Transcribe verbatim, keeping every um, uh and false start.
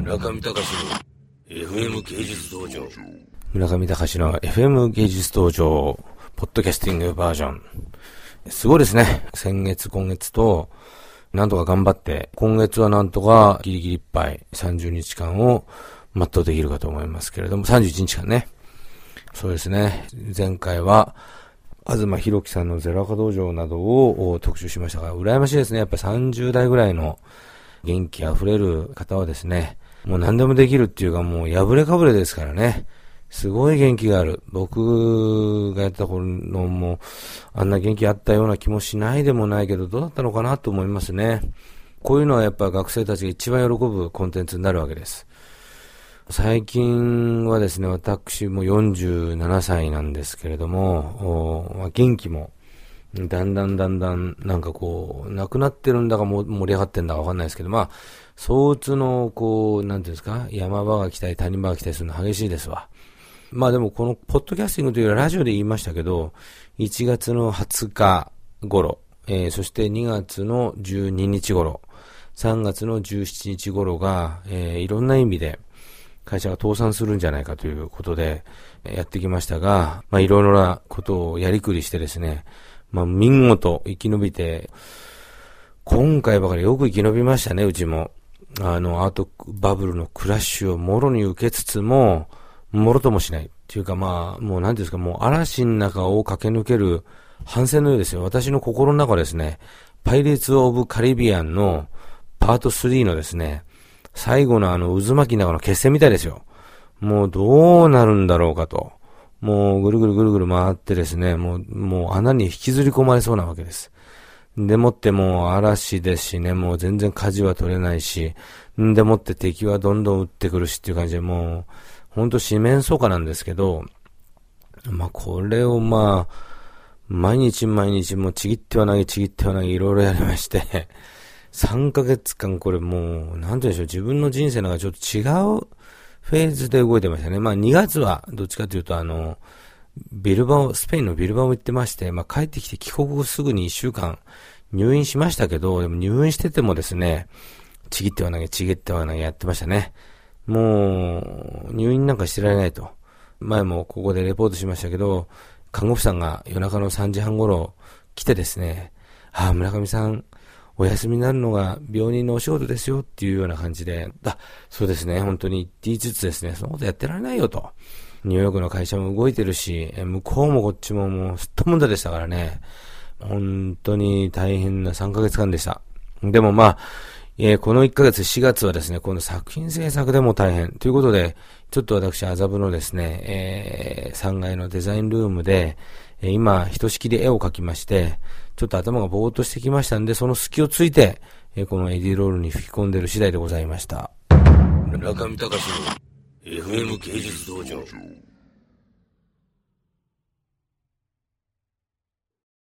村上隆の エフエム 芸術道場。村上隆の エフエム 芸術道場ポッドキャスティングバージョン。すごいですね。先月今月となんとか頑張って、今月はなんとかギリギリいっぱいさんじゅうにちかんを全うできるかと思いますけれども、さんじゅういちにちかんね。そうですね。前回は東博樹さんのゼロアカ道場などを特集しましたが、羨ましいですね。やっぱりさんじゅうだいぐらいの元気あふれる方はですね、もう何でもできるっていうか、もう破れかぶれですからね。すごい元気がある。僕がやった頃のもあんな元気あったような気もしないでもないけど、どうだったのかなと思いますね。こういうのはやっぱ学生たちが一番喜ぶコンテンツになるわけです。最近はですね、私もよんじゅうななさいなんですけれども、元気もだんだんだんだんなんかこうなくなってるんだかも盛り上がってるんだかわかんないですけど、まあ相うつのこうなんていうんですか、山場が来たり谷場が来たりするの激しいですわ。まあでもこのポッドキャスティングというラジオで言いましたけど、いちがつのはつか頃、えー、そしてにがつのじゅうににち頃、さんがつのじゅうしちにち頃が、えー、いろんな意味で会社が倒産するんじゃないかということでやってきましたが、まあいろいろなことをやりくりしてですね、まあ見事生き延びて、今回ばかりよく生き延びましたね、うちも。あの、アートバブルのクラッシュをもろに受けつつも、もろともしない。っていうかまあ、もう何ですか、もう嵐の中を駆け抜ける帆船のようですよ。私の心の中はですね、パイレーツ・オブ・カリビアンのパートスリーのですね、最後のあの渦巻きの中の決戦みたいですよ。もうどうなるんだろうかと。もうぐるぐるぐるぐる回ってですね、もう、もう穴に引きずり込まれそうなわけです。でもってもう嵐ですしね、もう全然舵は取れないし、んでもって敵はどんどん撃ってくるしっていう感じで、もう、ほんと四面楚歌なんですけど、まあこれをまあ、毎日毎日もうちぎっては投げちぎっては投げいろいろやりまして、さんかげつかんこれもう、なんて言うんでしょう、自分の人生の中ちょっと違うフェーズで動いてましたね。まあにがつはどっちかというとあの、ビルバオ、スペインのビルバオ行ってまして、まあ帰ってきて帰国後すぐにいっしゅうかん入院しましたけど、でも入院しててもですね、ちぎっては投げちぎっては投げやってましたね。もう、入院なんかしてられないと。前もここでレポートしましたけど、看護婦さんが夜中のさんじはん頃来てですね、ああ、村上さん、お休みになるのが病人のお仕事ですよっていうような感じで、あ、そうですね、本当に言って言いつつですね、そのことやってられないよと。ニューヨークの会社も動いてるし、向こうもこっちももうすっともんだでしたからね、本当に大変なさんかげつかんでした。でもまあ、えー、このいっかげつしがつはですね、この作品制作でも大変ということで、ちょっと私麻布のですね、えー、さんがいのデザインルームで、えー、今ひとしきり絵を描きまして、ちょっと頭がぼーっとしてきましたんで、その隙をついて、えー、このエディロールに吹き込んでいる次第でございました。村上隆の エフエム 芸術道場。